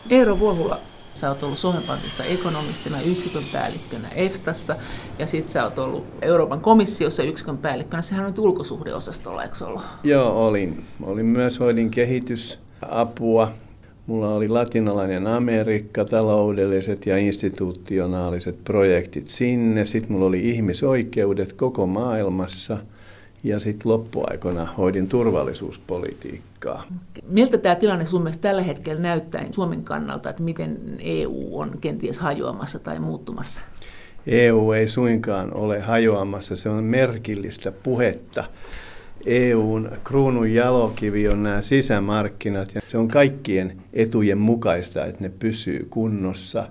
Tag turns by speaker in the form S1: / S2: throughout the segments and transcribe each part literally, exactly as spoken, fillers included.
S1: Eero Vuohula, sä oot ollut Suomen Pankissa ekonomistina, yksikön päällikkönä EFTassa ja sit sä oot ollut Euroopan komissiossa yksikön päällikkönä. Sehän on nyt ulkosuhdeosastolla, eikö ollut?
S2: Joo, olin. Olin myös hoidin kehitysapua. Mulla oli latinalainen Amerikka, taloudelliset ja institutionaaliset projektit sinne. Sitten mulla oli ihmisoikeudet koko maailmassa. Ja sitten loppuaikoina hoidin turvallisuuspolitiikkaa.
S1: Miltä tämä tilanne sun mielestä tällä hetkellä näyttää Suomen kannalta, että miten E U on kenties hajoamassa tai muuttumassa?
S2: E U ei suinkaan ole hajoamassa, se on merkillistä puhetta. E U:n kruunun jalokivi on nämä sisämarkkinat ja se on kaikkien etujen mukaista, että ne pysyy kunnossa.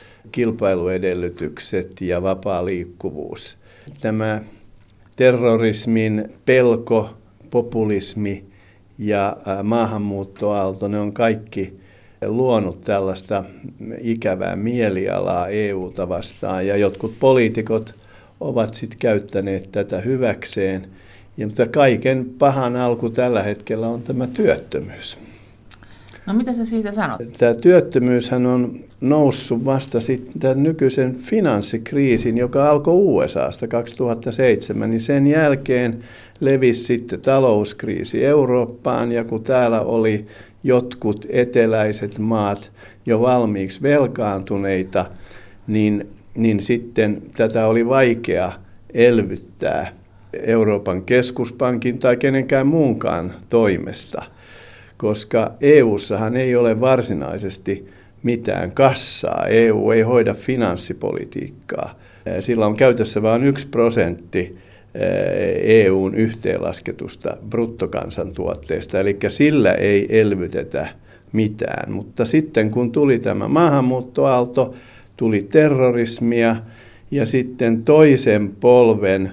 S2: Kilpailuedellytykset ja vapaa liikkuvuus. Tämä terrorismin pelko, populismi ja maahanmuuttoaalto, ne on kaikki luonut tällaista ikävää mielialaa E U:ta vastaan ja jotkut poliitikot ovat sitten käyttäneet tätä hyväkseen. Ja, mutta kaiken pahan alku tällä hetkellä on tämä työttömyys.
S1: No mitä sä siitä sanot?
S2: Tämä työttömyyshän on noussut vasta sitten nykyisen finanssikriisin, joka alkoi U S A:sta kaksituhattaseitsemän, niin sen jälkeen levisi sitten talouskriisi Eurooppaan, ja kun täällä oli jotkut eteläiset maat jo valmiiksi velkaantuneita, niin, niin sitten tätä oli vaikea elvyttää Euroopan keskuspankin tai kenenkään muunkaan toimesta, koska E U:ssahan ei ole varsinaisesti mitään kassaa. E U ei hoida finanssipolitiikkaa. Sillä on käytössä vain yksi prosentti E U:n yhteenlasketusta bruttokansantuotteesta, eli sillä ei elvytetä mitään. Mutta sitten kun tuli tämä maahanmuuttoaalto, tuli terrorismia ja sitten toisen polven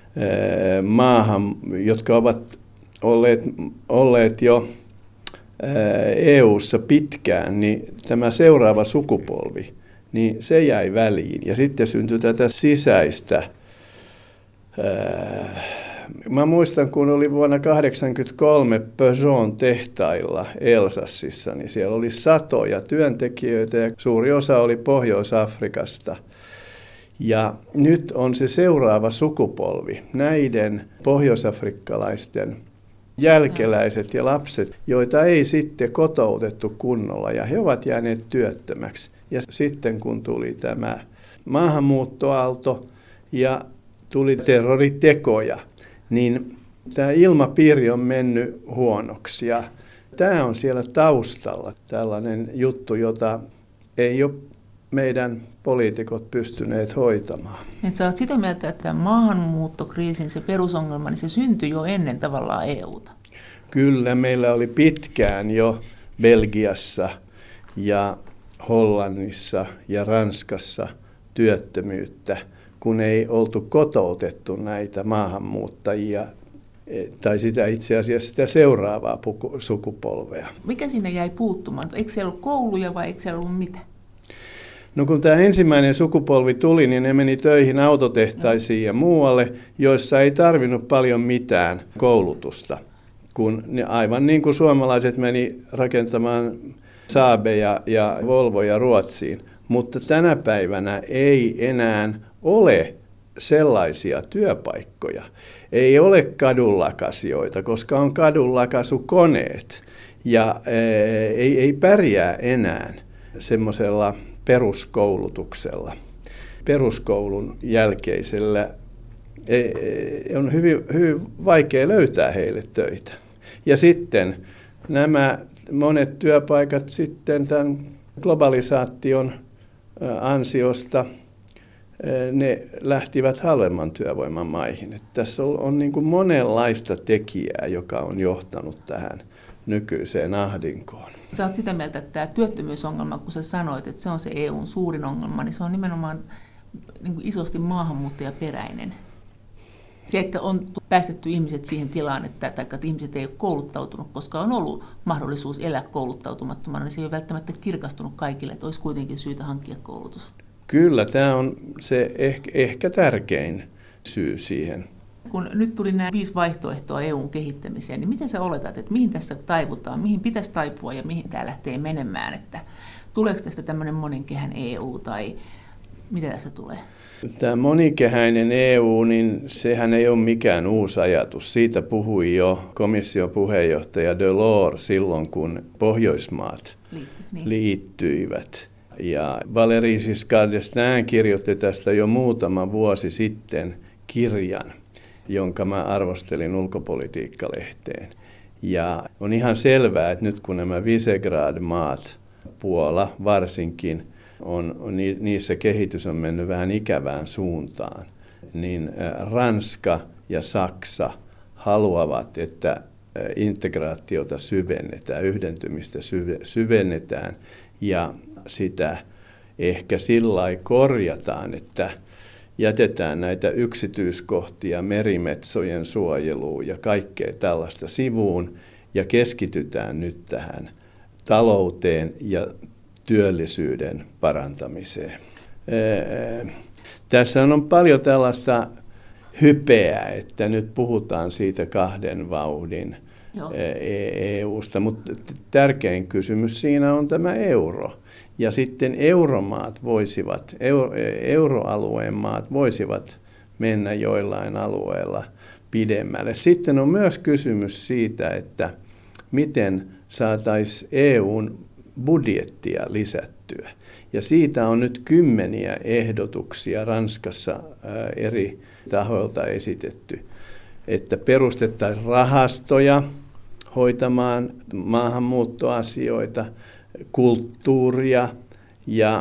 S2: maahan, jotka ovat olleet, olleet jo E U:ssa pitkään, niin tämä seuraava sukupolvi, niin se jäi väliin. Ja sitten syntyi tätä sisäistä. Mä muistan, kun oli vuonna tuhatyhdeksänsataakahdeksankymmentäkolme Peugeotin tehtailla Elsassissa, niin siellä oli satoja työntekijöitä ja suuri osa oli Pohjois-Afrikasta. Ja nyt on se seuraava sukupolvi, näiden pohjoisafrikkalaisten jälkeläiset ja lapset, joita ei sitten kotoutettu kunnolla ja he ovat jääneet työttömäksi. Ja sitten kun tuli tämä maahanmuuttoaalto ja tuli terroritekoja, niin tämä ilmapiiri on mennyt huonoksi ja tämä on siellä taustalla tällainen juttu, jota ei ole meidän poliitikot pystyneet hoitamaan.
S1: Et sä oot sitä mieltä, että maahanmuuttokriisin se perusongelma, niin se syntyi jo ennen tavallaan E U:ta.
S2: Kyllä, meillä oli pitkään jo Belgiassa ja Hollannissa ja Ranskassa työttömyyttä, kun ei oltu kotoutettu näitä maahanmuuttajia tai sitä itse asiassa sitä seuraavaa sukupolvea.
S1: Mikä sinne jäi puuttumaan? Eikö siellä ollut kouluja vai eikö siellä ollut mitä?
S2: No kun tämä ensimmäinen sukupolvi tuli, niin ne meni töihin autotehtaisiin ja muualle, joissa ei tarvinnut paljon mitään koulutusta. Kun ne, aivan niin kuin suomalaiset meni rakentamaan Saabeja ja Volvoja Ruotsiin. Mutta tänä päivänä ei enää ole sellaisia työpaikkoja. Ei ole kadunlakasijoita, koska on kadunlakaisukoneet. Ja ee, ei, ei pärjää enää semmoisella peruskoulutuksella. Peruskoulun jälkeisellä on hyvin, hyvin vaikea löytää heille töitä. Ja sitten nämä monet työpaikat sitten tämän globalisaation ansiosta, ne lähtivät halvemman työvoiman maihin. Että tässä on, on niin kuin monenlaista tekijää, joka on johtanut tähän nykyiseen ahdinkoon.
S1: Sä oot sitä mieltä, että tämä työttömyysongelma, kun sä sanoit, että se on se E U:n suurin ongelma, niin se on nimenomaan niin kuin isosti maahanmuuttajaperäinen. Se, että on päästetty ihmiset siihen tilaan, että, tai että ihmiset ei ole kouluttautunut, koska on ollut mahdollisuus elää kouluttautumattomana, niin se ei ole välttämättä kirkastunut kaikille, että olisi kuitenkin syytä hankkia koulutus.
S2: Kyllä, tämä on se ehkä, ehkä tärkein syy siihen.
S1: Kun nyt tuli nämä viisi vaihtoehtoa E U:n kehittämiseen, niin miten sä oletat, että mihin tässä taivutaan, mihin pitäisi taipua ja mihin tämä lähtee menemään? Että Tuleeko tästä tämmöinen monenkehän E U tai mitä tästä tulee?
S2: Tämä monikehäinen E U, niin sehän ei ole mikään uusi ajatus. Siitä puhui jo komission puheenjohtaja Delors silloin, kun Pohjoismaat
S1: Liitty, niin.
S2: liittyivät. Ja Valéry Giscard d'Estaing kirjoitti tästä jo muutama vuosi sitten kirjan, jonka mä arvostelin ulkopolitiikkalehteen. Ja on ihan selvää, että nyt kun nämä Visegrad-maat, Puola varsinkin, on, niissä kehitys on mennyt vähän ikävään suuntaan, niin Ranska ja Saksa haluavat, että integraatiota syvennetään, yhdentymistä syvennetään ja sitä ehkä sillä lailla korjataan, että jätetään näitä yksityiskohtia merimetsojen suojeluun ja kaikkea tällaista sivuun ja keskitytään nyt tähän talouteen ja työllisyyden parantamiseen. Tässä on paljon tällaista hypeä, että nyt puhutaan siitä kahden vauhdin E U:sta, mutta tärkein kysymys siinä on tämä euro. Ja sitten euromaat voisivat, euroalueen maat voisivat mennä joillain alueilla pidemmälle. Sitten on myös kysymys siitä, että miten saataisiin E U:n budjettia lisättyä. Ja siitä on nyt kymmeniä ehdotuksia Ranskassa eri tahoilta esitetty, että perustettaisiin rahastoja hoitamaan maahanmuuttoasioita, kulttuuria ja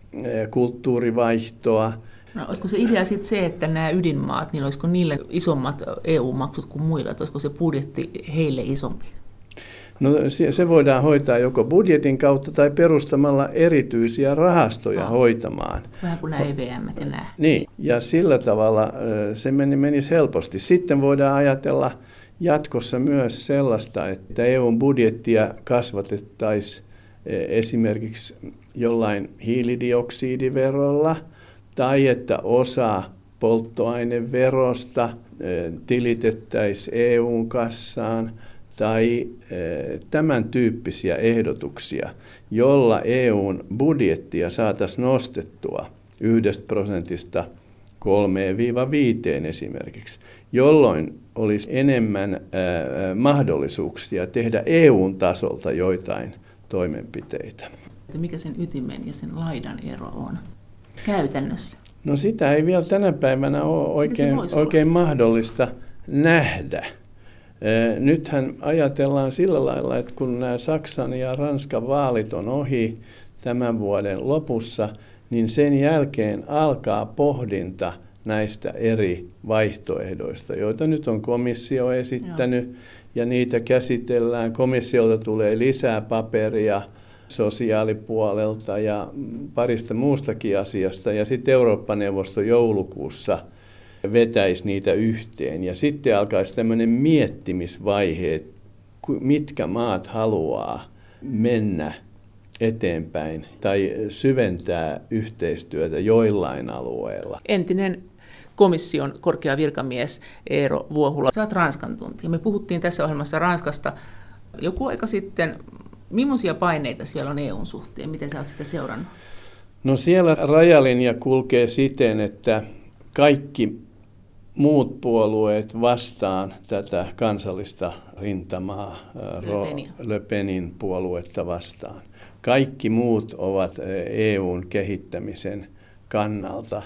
S2: kulttuurivaihtoa.
S1: No, olisiko se idea sitten se, että nämä ydinmaat, niin olisiko niille isommat E U-maksut kuin muilla, että olisiko se budjetti heille isompi?
S2: No se voidaan hoitaa joko budjetin kautta tai perustamalla erityisiä rahastoja no. hoitamaan.
S1: Vähän kuin nämä E V M ja nämä.
S2: Niin, ja sillä tavalla se menisi helposti. Sitten voidaan ajatella jatkossa myös sellaista, että E U:n budjettia kasvatettaisiin esimerkiksi jollain hiilidioksidiverolla tai että osa polttoaineverosta tilitettäisiin E U:n kassaan tai tämän tyyppisiä ehdotuksia, jolla E U:n budjettia saataisiin nostettua yhdestä prosentista kolmeen viiteen esimerkiksi, jolloin olisi enemmän ää, mahdollisuuksia tehdä E U:n tasolta joitain toimenpiteitä.
S1: Mikä sen ytimen ja sen laidan ero on käytännössä?
S2: No sitä ei vielä tänä päivänä ole oikein, oikein mahdollista nähdä. Nythän ajatellaan sillä lailla, että kun nämä Saksan ja Ranskan vaalit on ohi tämän vuoden lopussa, niin sen jälkeen alkaa pohdinta näistä eri vaihtoehdoista, joita nyt on komissio esittänyt, Joo. ja niitä käsitellään. Komissiolta tulee lisää paperia sosiaalipuolelta ja parista muustakin asiasta, ja sitten Eurooppa-neuvosto joulukuussa vetäisi niitä yhteen. Ja sitten alkaisi tämmöinen miettimisvaihe, että mitkä maat haluaa mennä eteenpäin tai syventää yhteistyötä joillain alueilla.
S1: Entinen komission korkea virkamies Eero Vuohula, sä oot Ranskan tuntija. Me puhuttiin tässä ohjelmassa Ranskasta joku aika sitten. Millaisia paineita siellä on E U:n suhteen? Miten sä oot sitä seurannut?
S2: No siellä rajalinja kulkee siten, että kaikki muut puolueet vastaan tätä kansallista rintamaa, Le Penin puoluetta vastaan. Kaikki muut ovat E U:n kehittämisen kannalta.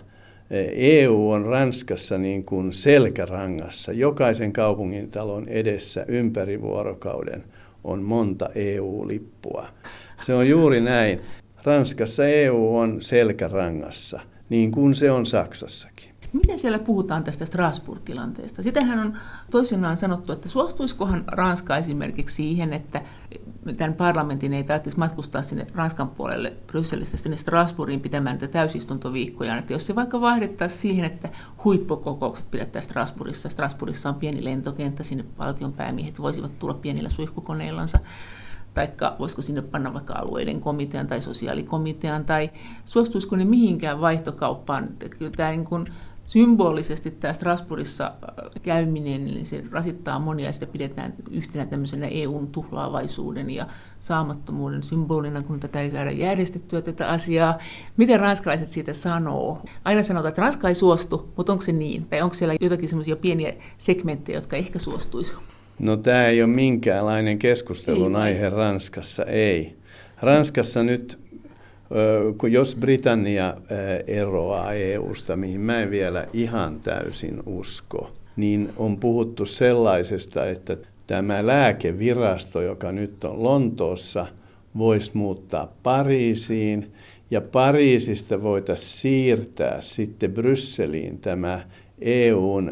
S2: E U on Ranskassa niin kuin selkärangassa. Jokaisen kaupungintalon edessä ympäri vuorokauden on monta E U-lippua. Se on juuri näin. Ranskassa E U on selkärangassa, niin kuin se on Saksassakin.
S1: Miten siellä puhutaan tästä Strasbourg-tilanteesta? Sitähän on toisinaan sanottu, että suostuisikohan Ranska esimerkiksi siihen, että tämän parlamentin ei tarvitsisi matkustaa sinne Ranskan puolelle Brysselistä sinne Strasbourgiin pitämään näitä täysistuntoviikkojaan. Että jos se vaikka vaihdettaisiin siihen, että huippukokoukset pidettäisiin Strasbourgissa. Strasbourgissa on pieni lentokenttä, sinne valtion päämiehet voisivat tulla pienillä suihkukoneillansa. Taikka voisiko sinne panna vaikka alueiden komitean tai sosiaalikomitean, tai suostuisiko ne mihinkään vaihtokauppaan. Kyllä tämä niin kuin Symbolisesti tämä Strasbourgissa käyminen, niin se rasittaa monia ja sitä pidetään yhtenä tämmöisenä E U:n tuhlaavaisuuden ja saamattomuuden symbolina, kun tätä ei saada järjestettyä tätä asiaa. Miten ranskalaiset siitä sanoo? Aina sanotaan, että Ranska ei suostu, mutta onko se niin? Tai onko siellä jotakin semmoisia pieniä segmenttejä, jotka ehkä suostuisivat?
S2: No tämä ei ole minkäänlainen keskustelun aihe Ranskassa, ei. Ranskassa nyt, kun jos Britannia eroaa E U:sta, mihin mä en vielä ihan täysin usko, niin on puhuttu sellaisesta, että tämä lääkevirasto, joka nyt on Lontoossa, voisi muuttaa Pariisiin, ja Pariisista voitaisiin siirtää sitten Brysseliin tämä E U:n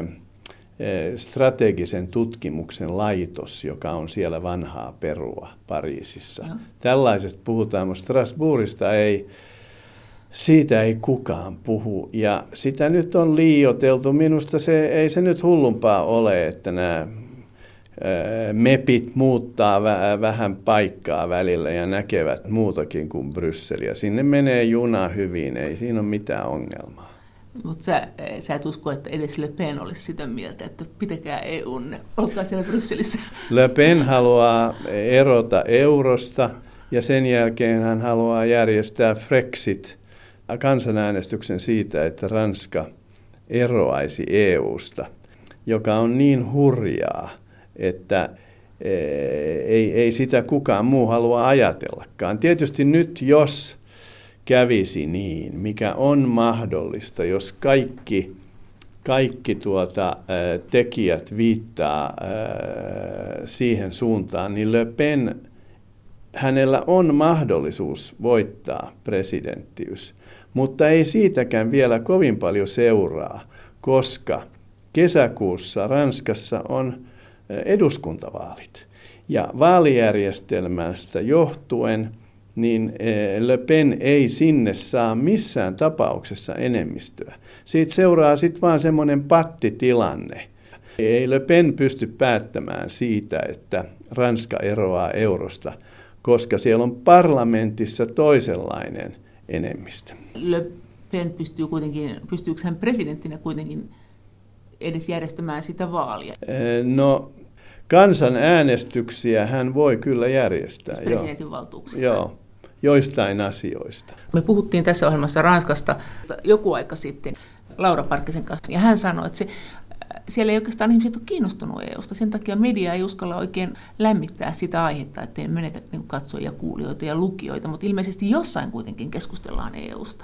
S2: strategisen tutkimuksen laitos, joka on siellä vanhaa perua Pariisissa. No. Tällaisesta puhutaan, mutta Strasbourgista ei, siitä ei kukaan puhu. Ja sitä nyt on liioiteltu. Minusta se, ei se nyt hullumpaa ole, että nämä mepit muuttaa vähän paikkaa välillä ja näkevät muutakin kuin Brysseliä. Sinne menee juna hyvin, ei siinä ole mitään ongelmaa.
S1: Mutta sä, sä et usko, että edes Le Pen olisi sitä mieltä, että pitäkää E U:nne, olkaa siellä Brysselissä.
S2: Le Pen haluaa erota eurosta ja sen jälkeen hän haluaa järjestää Frexit, kansanäänestyksen siitä, että Ranska eroaisi E U:sta, joka on niin hurjaa, että ei, ei sitä kukaan muu halua ajatellakaan. Tietysti nyt, jos kävisi niin, mikä on mahdollista, jos kaikki, kaikki tuota, tekijät viittaa siihen suuntaan, niin Le Pen, hänellä on mahdollisuus voittaa presidenttiys, mutta ei siitäkään vielä kovin paljon seuraa, koska kesäkuussa Ranskassa on eduskuntavaalit. Ja vaalijärjestelmästä johtuen niin Le Pen ei sinne saa missään tapauksessa enemmistöä. Siitä seuraa sitten vaan semmoinen pattitilanne. Ei Le Pen pysty päättämään siitä, että Ranska eroaa eurosta, koska siellä on parlamentissa toisenlainen enemmistö.
S1: Le Pen pystyy kuitenkin, pystyykö hän presidenttinä kuitenkin edes järjestämään sitä vaalia?
S2: No, kansanäänestyksiä hän voi kyllä järjestää.
S1: Siis presidentin valtuuksia.
S2: Joo, joistain asioista.
S1: Me puhuttiin tässä ohjelmassa Ranskasta joku aika sitten Laura Parkkisen kanssa, ja hän sanoi, että se, siellä ei oikeastaan ihmiset ole kiinnostunut E U:sta. Sen takia media ei uskalla oikein lämmittää sitä aihetta, ettei menetä niin katsojia, kuulijoita ja lukijoita, mutta ilmeisesti jossain kuitenkin keskustellaan E U:sta.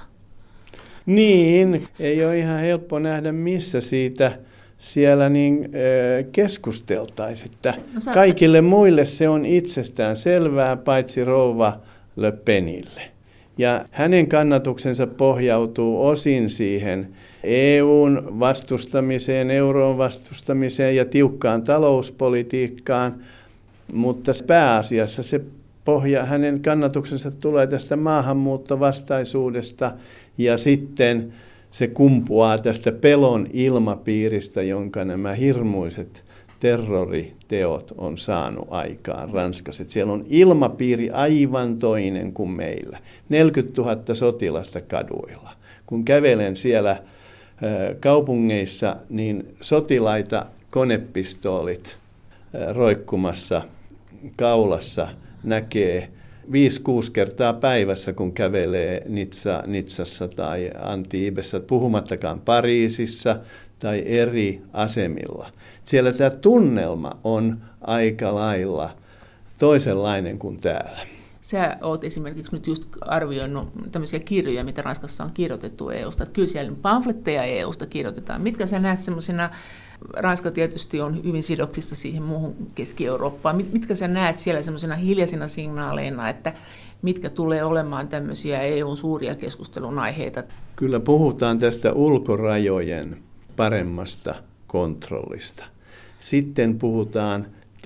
S2: Niin, ei ole ihan helppo nähdä, missä siitä siellä niin keskusteltaisiin. No, sä, kaikille sä... muille se on itsestään selvää, paitsi rouva Le Penille. Ja hänen kannatuksensa pohjautuu osin siihen E U:n vastustamiseen, euron vastustamiseen ja tiukkaan talouspolitiikkaan, mutta pääasiassa se pohja, hänen kannatuksensa tulee tästä maahanmuuttovastaisuudesta ja sitten se kumpuaa tästä pelon ilmapiiristä, jonka nämä hirmuiset terroriteot on saanut aikaan Ranskassa. Siellä on ilmapiiri aivan toinen kuin meillä. neljäkymmentätuhatta sotilasta kaduilla. Kun kävelen siellä kaupungeissa, niin sotilaita konepistoolit roikkumassa kaulassa näkee viisi kuusi kertaa päivässä, kun kävelee Nizza, Nizzassa tai Antibessa, puhumattakaan Pariisissa tai eri asemilla. Siellä tämä tunnelma on aika lailla toisenlainen kuin täällä.
S1: Sä oot esimerkiksi nyt just arvioinut tämmöisiä kirjoja, mitä Ranskassa on kirjoitettu E U:sta. Kyllä siellä pamfletteja E U:sta kirjoitetaan. Mitkä sä näet semmoisena, Ranska tietysti on hyvin sidoksissa siihen muuhun Keski-Eurooppaan. Mitkä sä näet siellä semmoisena hiljaisina signaaleina, että mitkä tulee olemaan tämmöisiä E U:n suuria keskustelun aiheita?
S2: Kyllä puhutaan tästä ulkorajojen paremmasta kontrollista. Sitten puhutaan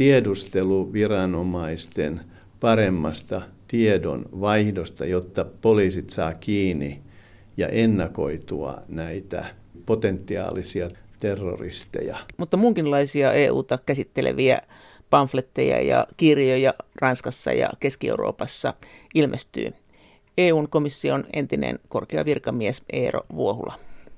S2: tiedusteluviranomaisten paremmasta tiedon vaihdosta, jotta poliisit saa kiinni ja ennakoitua näitä potentiaalisia terroristeja.
S1: Mutta muunkinlaisia E U:ta käsitteleviä pamfletteja ja kirjoja Ranskassa ja Keski-Euroopassa ilmestyy. E U:n komission entinen korkea virkamies Eero Vuohula.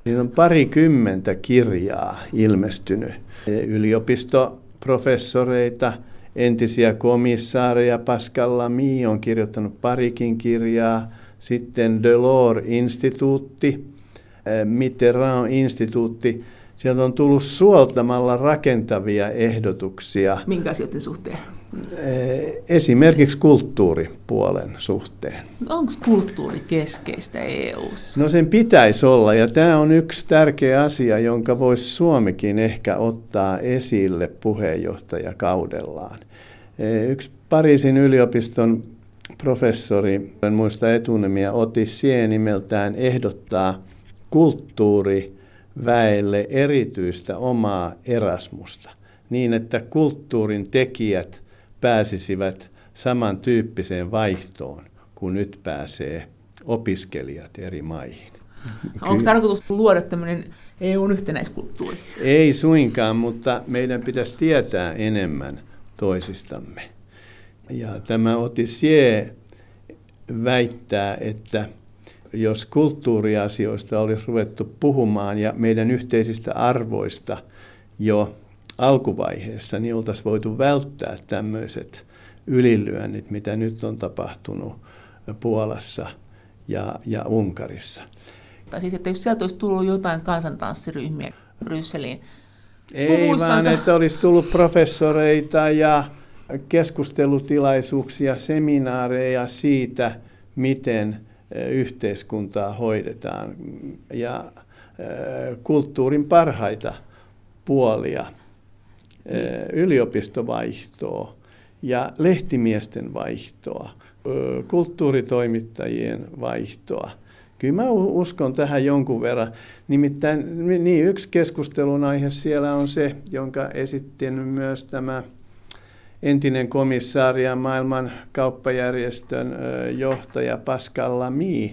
S2: Siinä on parikymmentä kirjaa ilmestynyt. Yliopistoprofessoreita, entisiä komissaareja, Pascal Lamy on kirjoittanut parikin kirjaa. Sitten Delors-instituutti, Mitterrand-instituutti. Sieltä on tullut suoltamalla rakentavia ehdotuksia.
S1: Minkä asioiden suhteen?
S2: Esimerkiksi kulttuuripuolen suhteen.
S1: Onko kulttuuri keskeistä E U:ssa?
S2: No sen pitäisi olla, ja tämä on yksi tärkeä asia, jonka voisi Suomikin ehkä ottaa esille puheenjohtajakaudellaan. Yksi Pariisin yliopiston professori, en muista etunimiä, Otissie nimeltään, ehdottaa kulttuuriväelle erityistä omaa Erasmusta, niin että kulttuurin tekijät pääsisivät samantyyppiseen vaihtoon, kun nyt pääsee opiskelijat eri maihin.
S1: Onko tarkoitus luoda tämmöinen E U:n yhtenäiskulttuuri?
S2: Ei suinkaan, mutta meidän pitäisi tietää enemmän toisistamme. Ja tämä Otissie väittää, että jos kulttuuriasioista olisi ruvettu puhumaan ja meidän yhteisistä arvoista jo alkuvaiheessa, niin oltaisiin voitu välttää tämmöiset ylilyönnit, mitä nyt on tapahtunut Puolassa ja, ja Unkarissa.
S1: Tai siis, että jos sieltä olisi tullut jotain kansantanssiryhmiä Brysseliin.
S2: Ei vaan, että olisi tullut professoreita ja keskustelutilaisuuksia, seminaareja siitä, miten yhteiskuntaa hoidetaan ja kulttuurin parhaita puolia, yliopistovaihtoa ja lehtimiesten vaihtoa, kulttuuritoimittajien vaihtoa. Kyllä mä uskon tähän jonkun verran. Nimittäin niin yksi keskustelun aihe siellä on se, jonka esitti myös tämä entinen komissaari ja maailman kauppajärjestön johtaja Pascal Lamy.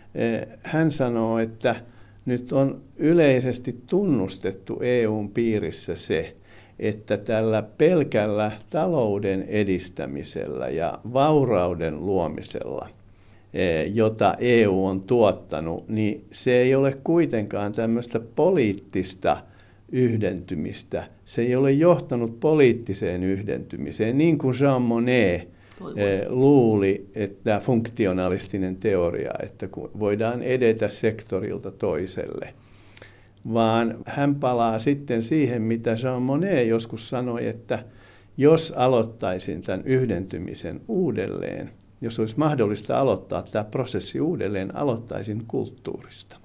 S2: Hän sanoo, että nyt on yleisesti tunnustettu E U:n piirissä se, että tällä pelkällä talouden edistämisellä ja vaurauden luomisella, jota E U on tuottanut, niin se ei ole kuitenkaan tämmöistä poliittista yhdentymistä. Se ei ole johtanut poliittiseen yhdentymiseen, niin kuin Jean Monnet Toivon. luuli, että funktionalistinen teoria, että voidaan edetä sektorilta toiselle. Vaan hän palaa sitten siihen, mitä Jean Monnet joskus sanoi, että jos aloittaisin tämän yhdentymisen uudelleen, jos olisi mahdollista aloittaa tämä prosessi uudelleen, aloittaisin kulttuurista.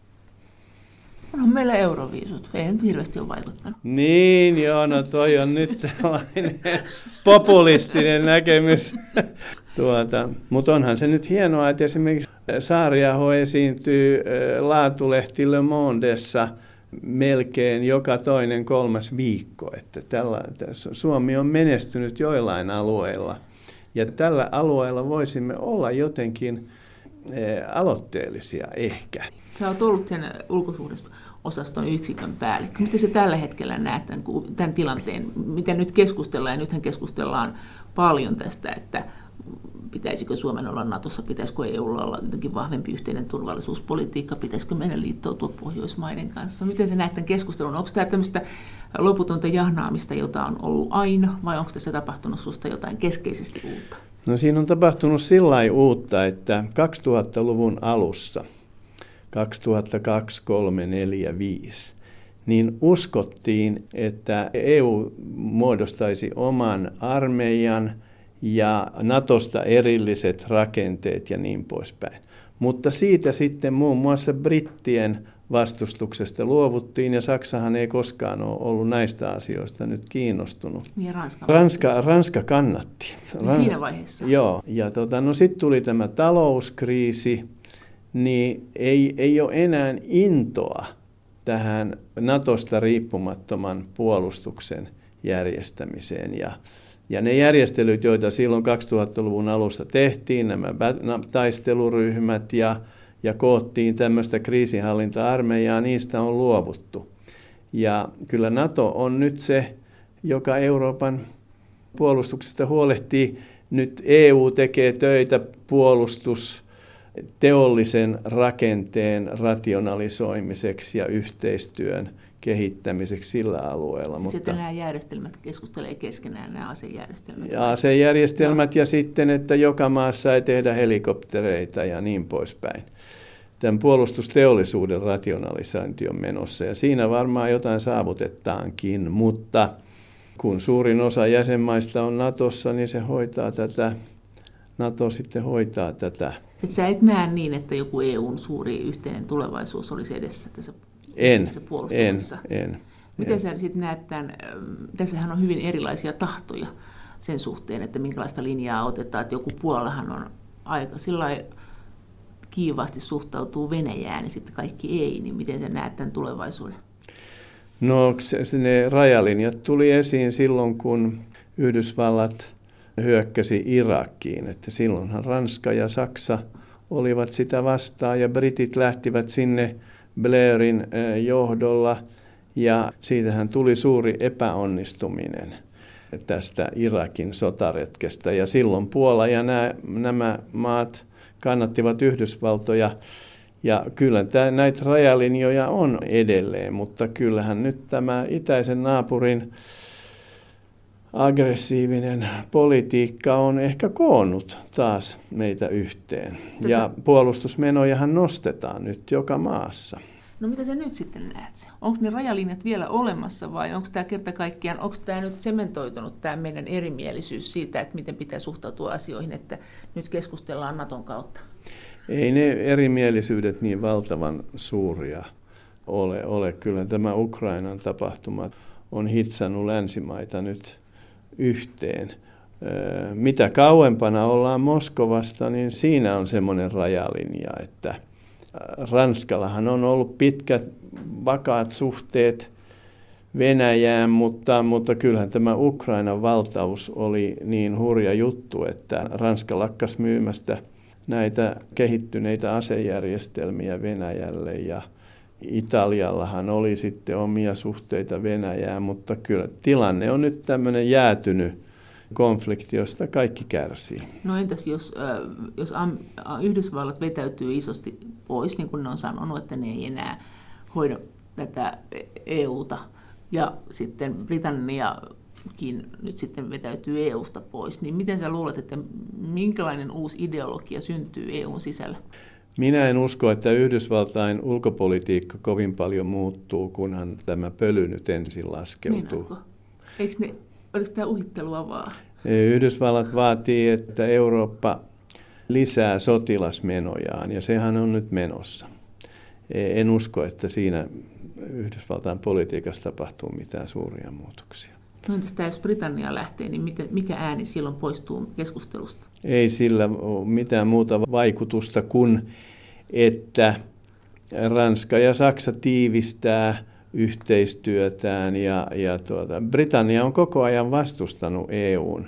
S1: Onhan meillä euroviisut. Ei nyt hirveästi ole vaikuttanut.
S2: Niin, joo, no toi on nyt tällainen populistinen näkemys. Tuota, mutta onhan se nyt hienoa, että esimerkiksi Saariaho esiintyy laatulehti Le Mondessa melkein joka toinen kolmas viikko. Että tällä, Suomi on menestynyt joillain alueilla. Ja tällä alueella voisimme olla jotenkin aloitteellisia ehkä.
S1: Sä oot ollut sen ulkosuhdeosaston yksikön päällikkö. Miten sä tällä hetkellä näet tämän, tämän tilanteen? Miten nyt keskustellaan? Ja nythän keskustellaan paljon tästä, että pitäisikö Suomen olla Natossa, pitäisikö E U:lla olla jotenkin vahvempi yhteinen turvallisuuspolitiikka, pitäisikö meidän liittoutua Pohjoismaiden kanssa? Miten sä näet tämän keskustelun? Onko tämä tämmöistä loputonta jahnaamista, jota on ollut aina, vai onko tässä tapahtunut susta jotain keskeisesti uutta?
S2: No siinä on tapahtunut sillä lailla uutta, että kaksituhattaluvun alussa, kaksituhattakaksi, kolme, neljä, viisi, niin uskottiin, että E U muodostaisi oman armeijan ja Natosta erilliset rakenteet ja niin poispäin. Mutta siitä sitten muun muassa brittien vastustuksesta luovuttiin, ja Saksahan ei koskaan ole ollut näistä asioista nyt kiinnostunut.
S1: Ja Ranska.
S2: Ranska, Ranska kannatti.
S1: Ran... Siinä vaiheessa.
S2: Joo, ja tota, no sitten tuli tämä talouskriisi, niin ei, ei ole enää intoa tähän Natosta riippumattoman puolustuksen järjestämiseen. Ja, ja ne järjestelyt, joita silloin kaksituhattaluvun alussa tehtiin, nämä taisteluryhmät ja ja koottiin tämmöistä kriisinhallinta-armeijaa, niistä on luovuttu. Ja kyllä NATO on nyt se, joka Euroopan puolustuksesta huolehtii. Nyt E U tekee töitä puolustus teollisen rakenteen rationalisoimiseksi ja yhteistyön kehittämiseksi sillä alueella.
S1: Siis
S2: mutta
S1: että nämä järjestelmät keskustelee keskenään, nämä asejärjestelmät?
S2: Ja asejärjestelmät ja. ja sitten, että joka maassa ei tehdä helikoptereita ja niin poispäin. Tämän puolustusteollisuuden rationalisointi on menossa ja siinä varmaan jotain saavutetaankin, mutta kun suurin osa jäsenmaista on Natossa, niin se hoitaa tätä, Nato sitten hoitaa tätä.
S1: Et sä et näe niin, että joku E U:n suuri yhteinen tulevaisuus olisi edessä tässä,
S2: en,
S1: tässä puolustuksessa?
S2: En, en.
S1: Miten
S2: en.
S1: sä sitten näet tämän, tässähän on hyvin erilaisia tahtoja sen suhteen, että minkälaista linjaa otetaan, että joku puolahan on aika sillä kiivaasti suhtautuu Venäjään, niin sitten kaikki ei, niin miten sä näet tämän tulevaisuuden?
S2: No se, ne rajalinjat tuli esiin silloin, kun Yhdysvallat hyökkäsi Irakiin, että silloinhan Ranska ja Saksa olivat sitä vastaan ja britit lähtivät sinne Blairin johdolla ja siitähän tuli suuri epäonnistuminen tästä Irakin sotaretkestä ja silloin Puola ja nämä, nämä maat kannattivat Yhdysvaltoja ja kyllä tämä, näitä rajalinjoja on edelleen, mutta kyllähän nyt tämä itäisen naapurin aggressiivinen politiikka on ehkä koonnut taas meitä yhteen.
S1: Tässä...
S2: Ja puolustusmenojahan nostetaan nyt joka maassa.
S1: No mitä sä nyt sitten näet? Onko ne rajalinjat vielä olemassa vai onko tämä kerta kaikkiaan, onko tämä nyt sementoitunut tämä meidän erimielisyys siitä, että miten pitää suhtautua asioihin, että nyt keskustellaan Naton kautta?
S2: Ei ne erimielisyydet niin valtavan suuria ole. ole. Kyllä tämä Ukrainan tapahtuma on hitsannut länsimaita nyt yhteen. Mitä kauempana ollaan Moskovasta, niin siinä on semmoinen rajalinja, että Ranskallahan on ollut pitkät vakaat suhteet Venäjään, mutta, mutta kyllähän tämä Ukrainan valtaus oli niin hurja juttu, että Ranska lakkas myymästä näitä kehittyneitä asejärjestelmiä Venäjälle ja Italiallahan oli sitten omia suhteita Venäjään, mutta kyllä tilanne on nyt tämmöinen jäätynyt konflikti, josta kaikki kärsii.
S1: No entäs jos, jos Yhdysvallat vetäytyy isosti pois, niin kuin ne on sanonut, että ne ei enää hoida tätä E U:ta ja sitten Britanniakin nyt sitten vetäytyy E U:sta pois, niin miten sä luulet, että minkälainen uusi ideologia syntyy E U:n sisällä?
S2: Minä en usko, että Yhdysvaltain ulkopolitiikka kovin paljon muuttuu, kunhan tämä pöly nyt ensin laskeutuu.
S1: Meinaatko? Eikö ne, oliko tämä uhittelua vaan?
S2: Yhdysvallat vaatii, että Eurooppa lisää sotilasmenojaan, ja sehän on nyt menossa. En usko, että siinä Yhdysvaltain politiikassa tapahtuu mitään suuria muutoksia.
S1: No entäs tämä, jos Britannia lähtee, niin miten, mikä ääni silloin poistuu keskustelusta?
S2: Ei sillä ole mitään muuta vaikutusta kuin, että Ranska ja Saksa tiivistää yhteistyötään ja, ja tuota, Britannia on koko ajan vastustanut E U:n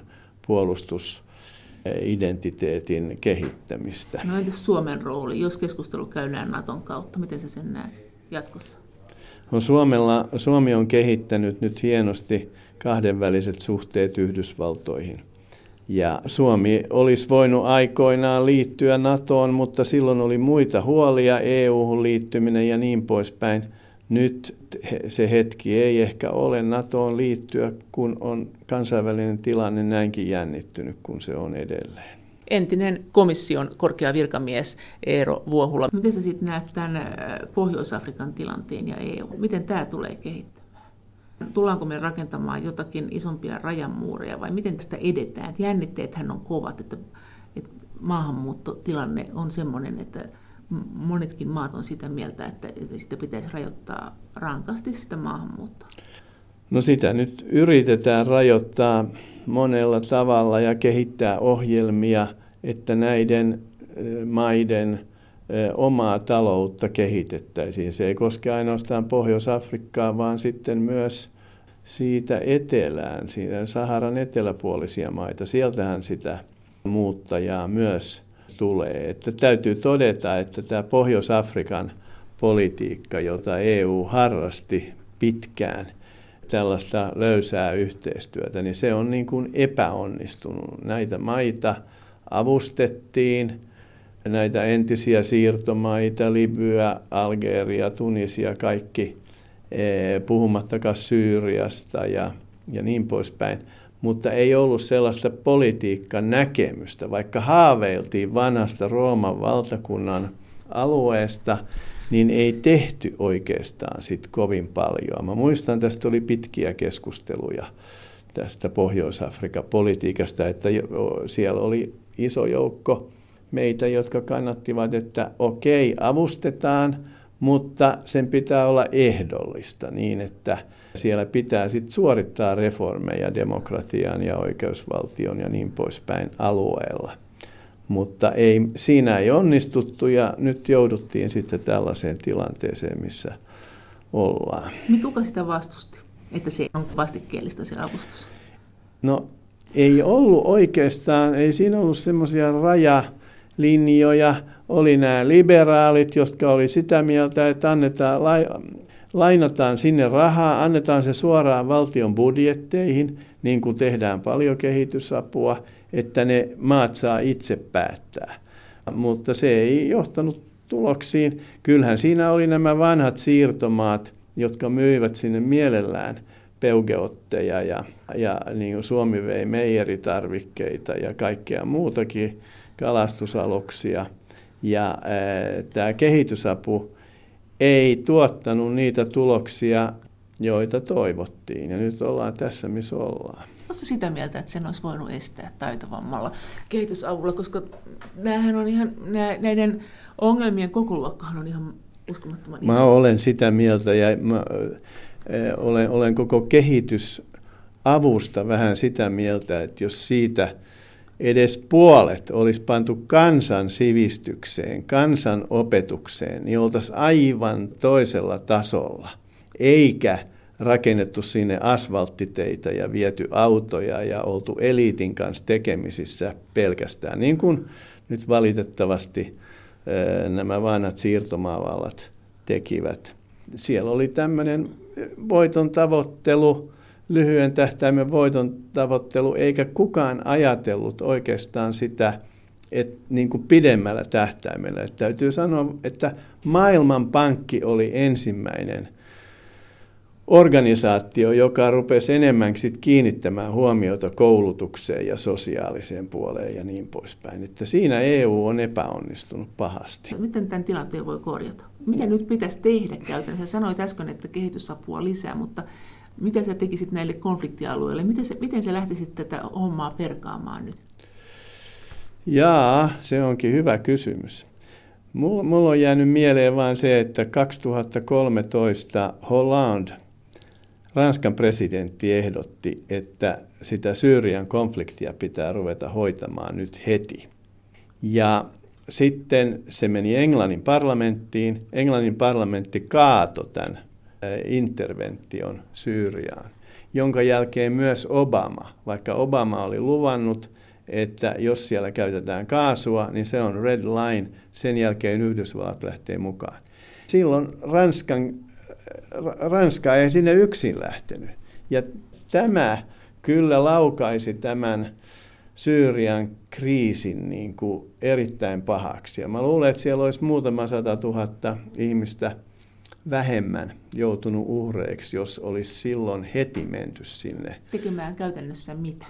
S2: puolustusidentiteetin kehittämistä.
S1: No entäs Suomen rooli, jos keskustelu käydään Naton kautta, miten sä sen näet jatkossa?
S2: No Suomella, Suomi on kehittänyt nyt hienosti kahdenväliset suhteet Yhdysvaltoihin. Ja Suomi olisi voinut aikoinaan liittyä NATOon, mutta silloin oli muita huolia, E U:hun liittyminen ja niin poispäin. Nyt se hetki ei ehkä ole NATOon liittyä, kun on kansainvälinen tilanne näinkin jännittynyt kuin se on edelleen.
S1: Entinen komission korkea virkamies Eero Vuohula. Miten sä sitten näet tämän Pohjois-Afrikan tilanteen ja E U? Miten tämä tulee kehittymään? Tullaanko me rakentamaan jotakin isompia rajamuureja vai miten tästä edetään? Jännitteethän on kovat, että, että maahanmuuttotilanne on sellainen, että monetkin maat on sitä mieltä, että sitä pitäisi rajoittaa rankasti sitä maahanmuuttoa.
S2: No sitä nyt yritetään rajoittaa monella tavalla ja kehittää ohjelmia, että näiden maiden omaa taloutta kehitettäisiin. Se ei koske ainoastaan Pohjois-Afrikkaa, vaan sitten myös siitä etelään, siitä Saharan eteläpuolisia maita. Sieltähän sitä muuttajaa myös tulee. Että täytyy todeta, että tämä Pohjois-Afrikan politiikka, jota E U harrasti pitkään, tällaista löysää yhteistyötä, niin se on niin kuin epäonnistunut. Näitä maita avustettiin näitä entisiä siirtomaita, Libya, Algeria, Tunisia, kaikki, puhumattakaan Syyriasta ja, ja niin poispäin. Mutta ei ollut sellaista politiikan näkemystä, vaikka haaveiltiin vanhasta Rooman valtakunnan alueesta, niin ei tehty oikeastaan sit kovin paljon. Mä muistan, tästä oli pitkiä keskusteluja tästä Pohjois-Afrikan politiikasta, että siellä oli iso joukko meitä, jotka kannattivat, että okei, avustetaan, mutta sen pitää olla ehdollista niin, että siellä pitää sit suorittaa reformeja demokratian ja oikeusvaltion ja niin poispäin alueella. Mutta ei, siinä ei onnistuttu ja nyt jouduttiin sitten tällaiseen tilanteeseen, missä ollaan.
S1: Kuka sitä vastusti, että se on vastikkeellista se avustus?
S2: No ei ollut oikeastaan, ei siinä ollut semmoisia rajalinjoja. Oli nämä liberaalit, jotka oli sitä mieltä, että annetaan, lainataan sinne rahaa, annetaan se suoraan valtion budjetteihin, niin kuin tehdään paljon kehitysapua, että ne maat saa itse päättää. Mutta se ei johtanut tuloksiin. Kyllähän siinä oli nämä vanhat siirtomaat, jotka myivät sinne mielellään peugeotteja ja, ja niin kuin Suomi vei meijeritarvikkeita ja kaikkea muutakin, kalastusaluksia. Ja ää, tämä kehitysapu ei tuottanut niitä tuloksia, joita toivottiin. Ja nyt ollaan tässä, missä ollaan.
S1: Oletko sitä mieltä, että sen olisi voinut estää taitavammalla kehitysavulla, koska näähän on ihan, näiden ongelmien kokoluokkahan on ihan uskomattoman iso.
S2: Mä olen sitä mieltä ja mä olen, olen koko kehitysavusta vähän sitä mieltä, että jos siitä edes puolet olisi pantu kansan sivistykseen, kansan opetukseen, niin oltaisiin aivan toisella tasolla, eikä rakennettu sinne asfalttiteitä ja viety autoja ja oltu eliitin kanssa tekemisissä pelkästään, niin kuin nyt valitettavasti nämä vanhat siirtomaavallat tekivät. Siellä oli tämmöinen voiton tavoittelu, lyhyen tähtäimen voiton tavoittelu, eikä kukaan ajatellut oikeastaan sitä että niin kuin pidemmällä tähtäimellä. Että täytyy sanoa, että Maailmanpankki oli ensimmäinen organisaatio, joka rupesi enemmän sit kiinnittämään huomiota koulutukseen ja sosiaaliseen puoleen ja niin poispäin. Että siinä E U on epäonnistunut pahasti.
S1: Miten tämän tilanteen voi korjata? Mitä nyt pitäisi tehdä käytännössä? Sanoit äsken, että kehitysapua lisää, mutta mitä sä tekisit näille konfliktialueille? Miten sä, miten sä lähtisit tätä hommaa perkaamaan nyt?
S2: Jaa, se onkin hyvä kysymys. Mulla, mulla on jäänyt mieleen vain se, että kaksituhattakolmetoista Hollande, Ranskan presidentti, ehdotti, että sitä Syyrian konfliktia pitää ruveta hoitamaan nyt heti. Ja sitten se meni Englannin parlamenttiin. Englannin parlamentti kaatoi tämän intervention Syyriaan, jonka jälkeen myös Obama, vaikka Obama oli luvannut, että jos siellä käytetään kaasua, niin se on red line, sen jälkeen Yhdysvallat lähtee mukaan. Silloin Ranskan, Ranska ei sinne yksin lähtenyt. Ja tämä kyllä laukaisi tämän Syyrian kriisin niin kuin erittäin pahaksi. Ja mä luulen, että siellä olisi muutama sata tuhatta ihmistä vähemmän joutunut uhreiksi, jos olisi silloin heti menty sinne.
S1: Tekemään käytännössä mitä?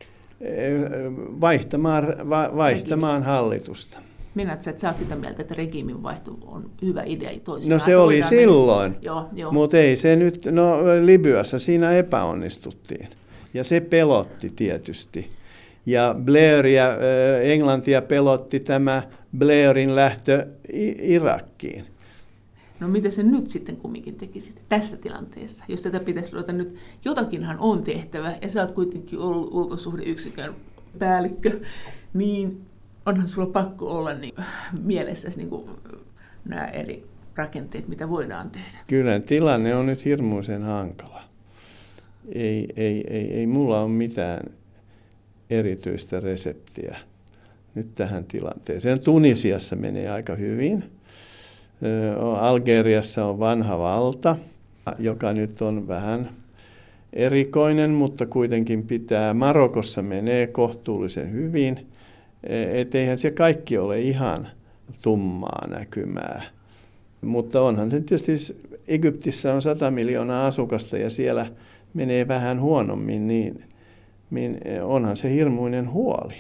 S2: Vaihtamaan, va, vaihtamaan hallitusta.
S1: Minätkö, että sä oot sitä mieltä, että regiimin vaihto on hyvä idea toisinaan?
S2: No se oli silloin,
S1: joo, joo.
S2: Mutta ei se nyt, no Libyassa siinä epäonnistuttiin. Ja se pelotti tietysti. Ja Blairia, Englantia pelotti tämä Blairin lähtö Irakkiin.
S1: No miten se nyt sitten kumminkin tekisit tässä tilanteessa, jos tätä pitäisi ruveta nyt, jotakinhan on tehtävä, ja sä oot kuitenkin ollut ulkosuhdeyksikön päällikkö, niin onhan sulla pakko olla niin, mielessäsi niin kuin, nämä eri rakenteet, mitä voidaan tehdä.
S2: Kyllä tilanne on nyt hirmuisen hankala. Ei, ei, ei, ei mulla ole mitään erityistä reseptiä nyt tähän tilanteeseen. Tunisiassa menee aika hyvin. Algeriassa on vanha valta, joka nyt on vähän erikoinen, mutta kuitenkin pitää. Marokossa menee kohtuullisen hyvin. Et eihän se kaikki ole ihan tummaa näkymää. Mutta onhan se tietysti, Egyptissä on sata miljoonaa asukasta ja siellä menee vähän huonommin, niin, niin onhan se hirmuinen huoli.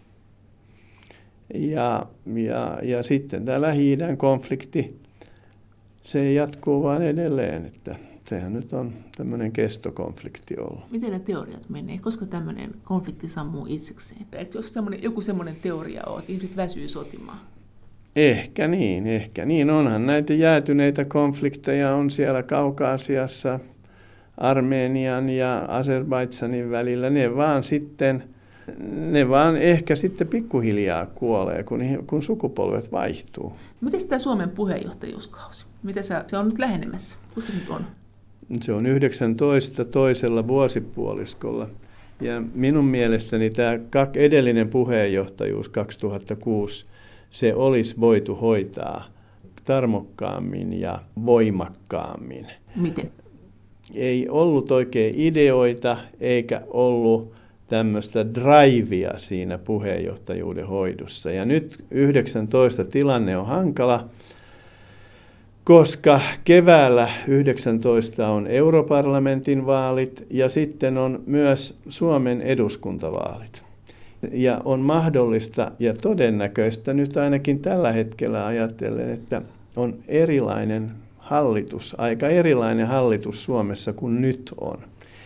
S2: Ja, ja, ja sitten tämä Lähi-idän konflikti, se jatkuu vaan edelleen, että sehän nyt on tämmöinen kestokonflikti ollut.
S1: Miten ne teoriat menee? Koska tämmöinen konflikti sammuu itsekseen? Eikö jos semmoinen, joku semmoinen teoria ole, että ihmiset väsyy sotimaan?
S2: Ehkä niin, ehkä niin. Onhan näitä jäätyneitä konflikteja on siellä Kaukaasiassa, Armenian ja Azerbaidžanin välillä. Ne vaan sitten, ne vaan ehkä sitten pikkuhiljaa kuolee, kun, kun sukupolvet vaihtuu.
S1: Miten tämä Suomen puheenjohtajuuskausi? Mitä se, se on nyt lähenemässä? Koska se nyt on?
S2: Se on yhdeksäntoista toisella vuosipuoliskolla. Ja minun mielestäni tämä edellinen puheenjohtajuus kaksituhattakuusi, se olisi voitu hoitaa tarmokkaammin ja voimakkaammin.
S1: Miten?
S2: Ei ollut oikein ideoita eikä ollut tämmöistä drivea siinä puheenjohtajuuden hoidossa. Ja nyt yhdeksäntoista tilanne on hankala, koska keväällä yhdeksäntoista on europarlamentin vaalit ja sitten on myös Suomen eduskuntavaalit. Ja on mahdollista ja todennäköistä nyt ainakin tällä hetkellä ajatellen, että on erilainen hallitus, aika erilainen hallitus Suomessa kuin nyt on.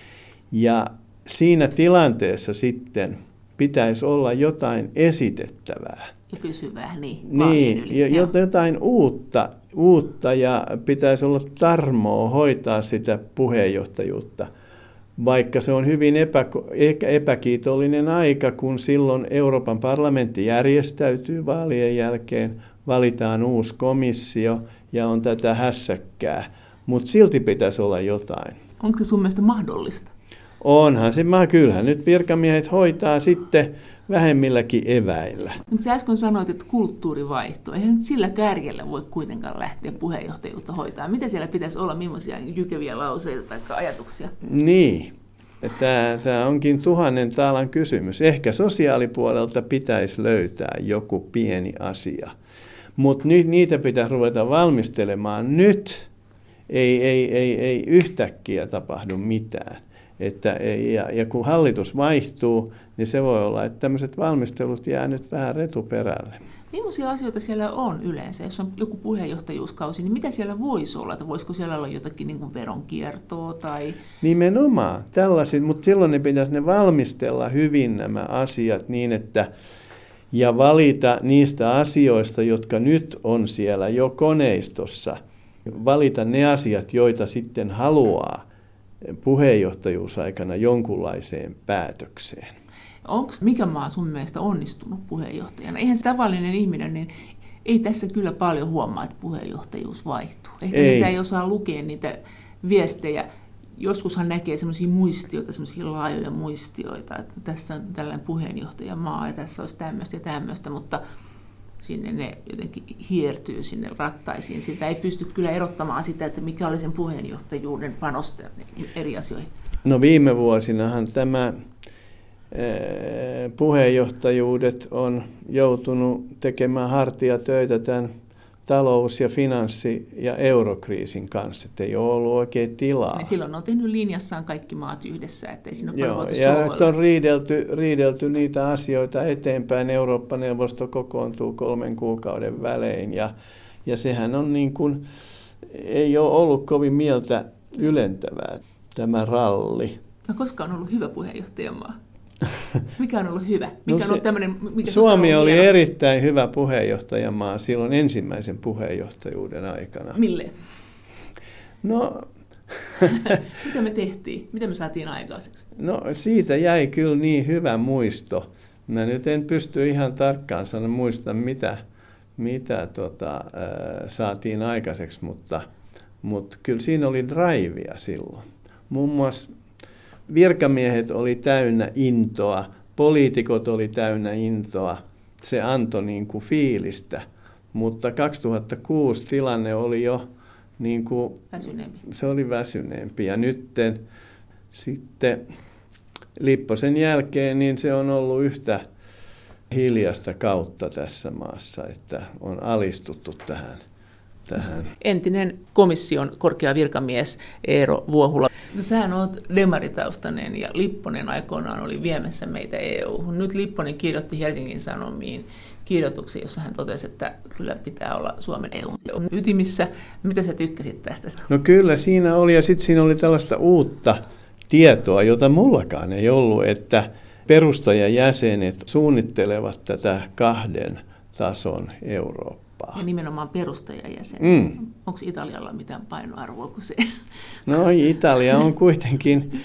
S2: Ja siinä tilanteessa sitten pitäisi olla jotain esitettävää.
S1: Ja pysyvää, niin.
S2: Niin,
S1: yli,
S2: ja jotain uutta, uutta ja pitäisi olla tarmoa hoitaa sitä puheenjohtajuutta. Vaikka se on hyvin epä, epäkiitollinen aika, kun silloin Euroopan parlamentti järjestäytyy vaalien jälkeen, valitaan uusi komissio ja on tätä hässäkkää. Mutta silti pitäisi olla jotain.
S1: Onko se sun mielestä mahdollista?
S2: Onhan se, mä kyllähän nyt virkamiehet hoitaa sitten vähemmilläkin eväillä.
S1: Mutta sä äsken sanoit, että kulttuuri vaihtuu. Eihän nyt sillä kärjellä voi kuitenkaan lähteä puheenjohtajuutta hoitaa. Mitä siellä pitäisi olla, millaisia jykeviä lauseita tai ajatuksia?
S2: Niin, tämä onkin tuhannen taalan kysymys. Ehkä sosiaalipuolelta pitäisi löytää joku pieni asia. Mutta nyt niitä pitäisi ruveta valmistelemaan nyt. Ei, ei, ei, ei yhtäkkiä tapahdu mitään. Että, ja, ja kun hallitus vaihtuu, niin se voi olla, että tämmöiset valmistelut jää nyt vähän retuperälle.
S1: Millaisia asioita siellä on yleensä? Jos on joku puheenjohtajuuskausi, niin mitä siellä voisi olla? Että voisiko siellä olla jotakin niin kuin veronkiertoa? Tai...
S2: Nimenomaan tällaiset, mutta silloin ne pitäisi ne valmistella hyvin nämä asiat niin, että ja valita niistä asioista, jotka nyt on siellä jo koneistossa. Valita ne asiat, joita sitten haluaa puheenjohtajuusaikana jonkunlaiseen päätökseen.
S1: Onko mikä maa sun mielestä onnistunut puheenjohtajana? Eihän se tavallinen ihminen, niin ei tässä kyllä paljon huomaa, että puheenjohtajuus vaihtuu. Ehkä ei. Niitä ei osaa lukea niitä viestejä. Joskushan näkee semmoisia muistioita, semmoisia laajoja muistioita, että tässä on tällainen puheenjohtajamaa ja tässä olisi tämmöistä ja tämmöistä, mutta sinne ne jotenkin hiertyy sinne rattaisiin. Sitä ei pysty kyllä erottamaan sitä, että mikä oli sen puheenjohtajuuden panosta eri asioihin. No
S2: viime vuosinahan tämä puheenjohtajuudet on joutunut tekemään hartiatöitä tämän talous- ja finanssi- ja eurokriisin kanssa, että ei ole ollut oikein tilaa.
S1: Ja silloin on tehnyt linjassaan kaikki maat yhdessä, ettei siinä ole
S2: Joo,
S1: paljon voitu
S2: ja
S1: sooloilla.
S2: on riidelty, riidelty niitä asioita eteenpäin. Eurooppa-neuvosto kokoontuu kolmen kuukauden välein, ja, ja sehän on niin kuin, ei ole ollut kovin mieltä ylentävää tämä ralli.
S1: No koska on ollut hyvä puheenjohtajamaa? Mikä on ollut hyvä? Mikä
S2: no
S1: on ollut tämmöinen, mikä
S2: Suomi
S1: on
S2: oli
S1: hieno?
S2: erittäin hyvä puheenjohtajamaa silloin ensimmäisen puheenjohtajuuden aikana.
S1: Mille?
S2: No,
S1: mitä me tehtiin? Mitä me saatiin aikaiseksi?
S2: No siitä jäi kyllä niin hyvä muisto. Mä nyt en pysty ihan tarkkaan sanoa muista, mitä, mitä tota, äh, saatiin aikaiseksi, mutta, mutta kyllä siinä oli drivea silloin. Muun muassa virkamiehet oli täynnä intoa, poliitikot oli täynnä intoa, se antoi niin kuin fiilistä, mutta kaksituhattakuusi tilanne oli jo niin kuin,
S1: väsyneempi.
S2: Se oli väsyneempi ja nytten sitten Lipposen jälkeen niin se on ollut yhtä, hiljaista kautta tässä maassa, että on alistuttu tähän. tähän.
S1: Entinen komission korkea virkamies Eero Vuohula. No sähän oot demaritaustainen ja Lipponen aikoinaan oli viemässä meitä E U:hun. Nyt Lipponen kirjoitti Helsingin Sanomiin kirjoituksen, jossa hän totesi, että kyllä pitää olla Suomen E U:n ytimissä. Mitä sä tykkäsit tästä?
S2: No kyllä siinä oli, ja sitten siinä oli tällaista uutta tietoa, jota mullakaan ei ollut, että perustajajäsenet suunnittelevat tätä kahden tason Eurooppaa.
S1: Ja nimenomaan perustajajäsenet. Mm. Onko Italialla mitään painoarvoa kuin se?
S2: No Italia on kuitenkin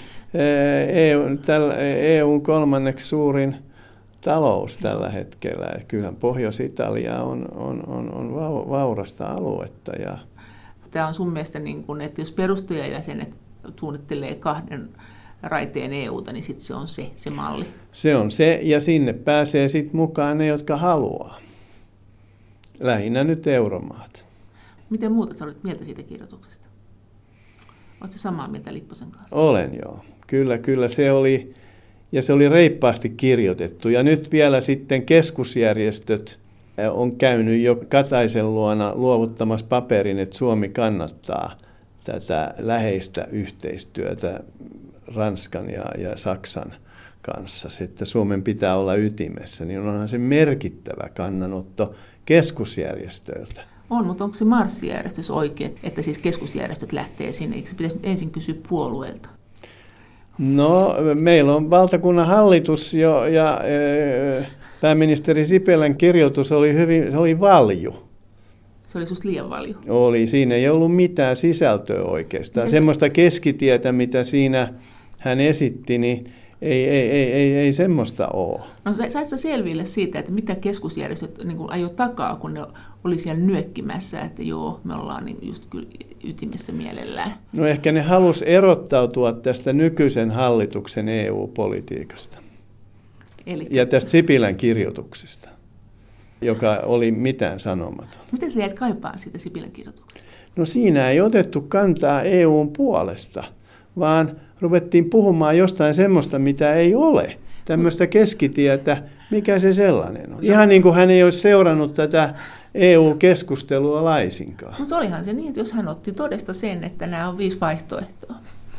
S2: E U:n kolmanneksi suurin talous tällä hetkellä. Kyllähän Pohjois-Italia on, on, on, on vaurasta aluetta. Ja
S1: tämä on sun mielestä, niin kun, että jos perustajajäsenet suunnittelee kahden raiteen E U:ta, niin sitten se on se, se malli.
S2: Se on se, ja sinne pääsee sitten mukaan ne, jotka haluaa. Lähinnä nyt euromaat.
S1: Miten muuta sä olet mieltä siitä kirjoituksesta? Oletko samaa mieltä Lipposen kanssa?
S2: Olen joo. Kyllä, kyllä se oli, ja se oli reippaasti kirjoitettu. Ja nyt vielä sitten keskusjärjestöt on käynyt jo Kataisen luona luovuttamassa paperin, että Suomi kannattaa tätä läheistä yhteistyötä Ranskan ja, ja Saksan kanssa. Sitten Suomen pitää olla ytimessä, niin onhan se merkittävä kannanotto keskusjärjestöiltä.
S1: On, mutta onko se marssijärjestys oikein, että siis keskusjärjestöt lähtee sinne? Eikö se pitäisi ensin kysyä puolueelta?
S2: No, meillä on valtakunnan hallitus jo, ja e, pääministeri Sipilän kirjoitus oli hyvin, se oli valju.
S1: Se oli susta liian valju.
S2: Oli, siinä ei ollut mitään sisältöä oikeastaan. Mitä semmoista se... keskitietä, mitä siinä hän esitti, niin ei, ei, ei, ei, ei semmoista ole.
S1: No sait sä selville siitä, että mitä keskusjärjestöt niin ajoi takaa, kun ne oli siellä nyökkimässä, että joo, me ollaan niin just kyllä ytimessä mielellään.
S2: No ehkä ne halusi erottautua tästä nykyisen hallituksen E U-politiikasta. Eli... ja tästä Sipilän kirjoituksesta, joka oli mitään sanomaton.
S1: Miten sä jäät kaipaa siitä Sipilän kirjoituksesta?
S2: No siinä ei otettu kantaa E U:n puolesta, vaan ruvettiin puhumaan jostain semmoista, mitä ei ole. Tämmöistä keskitietä, mikä se sellainen on. Ihan niin kuin hän ei olisi seurannut tätä E U-keskustelua laisinkaan.
S1: Mutta olihan se niin, että jos hän otti todesta sen, että nämä on viisi vaihtoehtoa.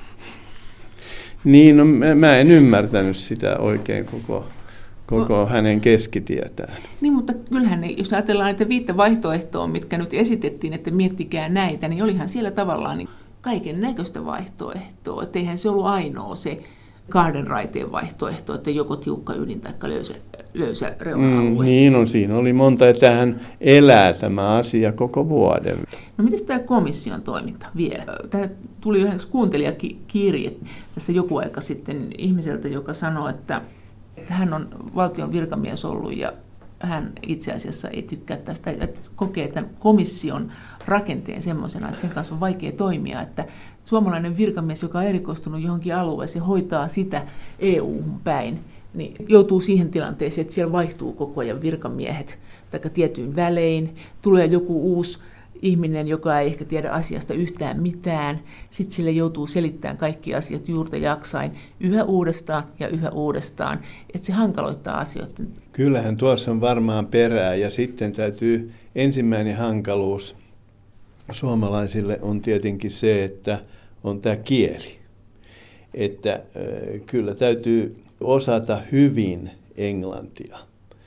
S2: Niin, no mä en ymmärtänyt sitä oikein koko, koko no, hänen keskitietään.
S1: Niin, mutta kyllähän, jos ajatellaan näitä viittä vaihtoehtoa, mitkä nyt esitettiin, että miettikää näitä, niin olihan siellä tavallaan niin kaiken näköistä vaihtoehtoa. Että eihän se ollut ainoa se kahden raiteen vaihtoehto, että joko tiukka ydin tai löysä, löysä reuna-alue.
S2: Mm, niin on, siinä oli monta, että tähän elää tämä asia koko vuoden.
S1: No miten tämä komission toiminta vielä? Tämä tuli yhdessä kuuntelijakirje tässä joku aika sitten ihmiseltä, joka sanoi, että hän on valtion virkamies ollut ja hän itse asiassa ei tykkää tästä, että kokee tämän komission rakenteen semmoisena, että sen kanssa on vaikea toimia, että suomalainen virkamies, joka on erikoistunut johonkin alueeseen, hoitaa sitä E U:hun päin, niin joutuu siihen tilanteeseen, että siellä vaihtuu koko ajan virkamiehet tai tietyin välein, tulee joku uusi ihminen, joka ei ehkä tiedä asiasta yhtään mitään, sitten sille joutuu selittämään kaikki asiat juurta jaksain yhä uudestaan ja yhä uudestaan, että se hankaloittaa asioita.
S2: Kyllähän tuossa on varmaan perää, ja sitten täytyy ensimmäinen hankaluus suomalaisille on tietenkin se, että on tämä kieli. Että äh, kyllä täytyy osata hyvin englantia,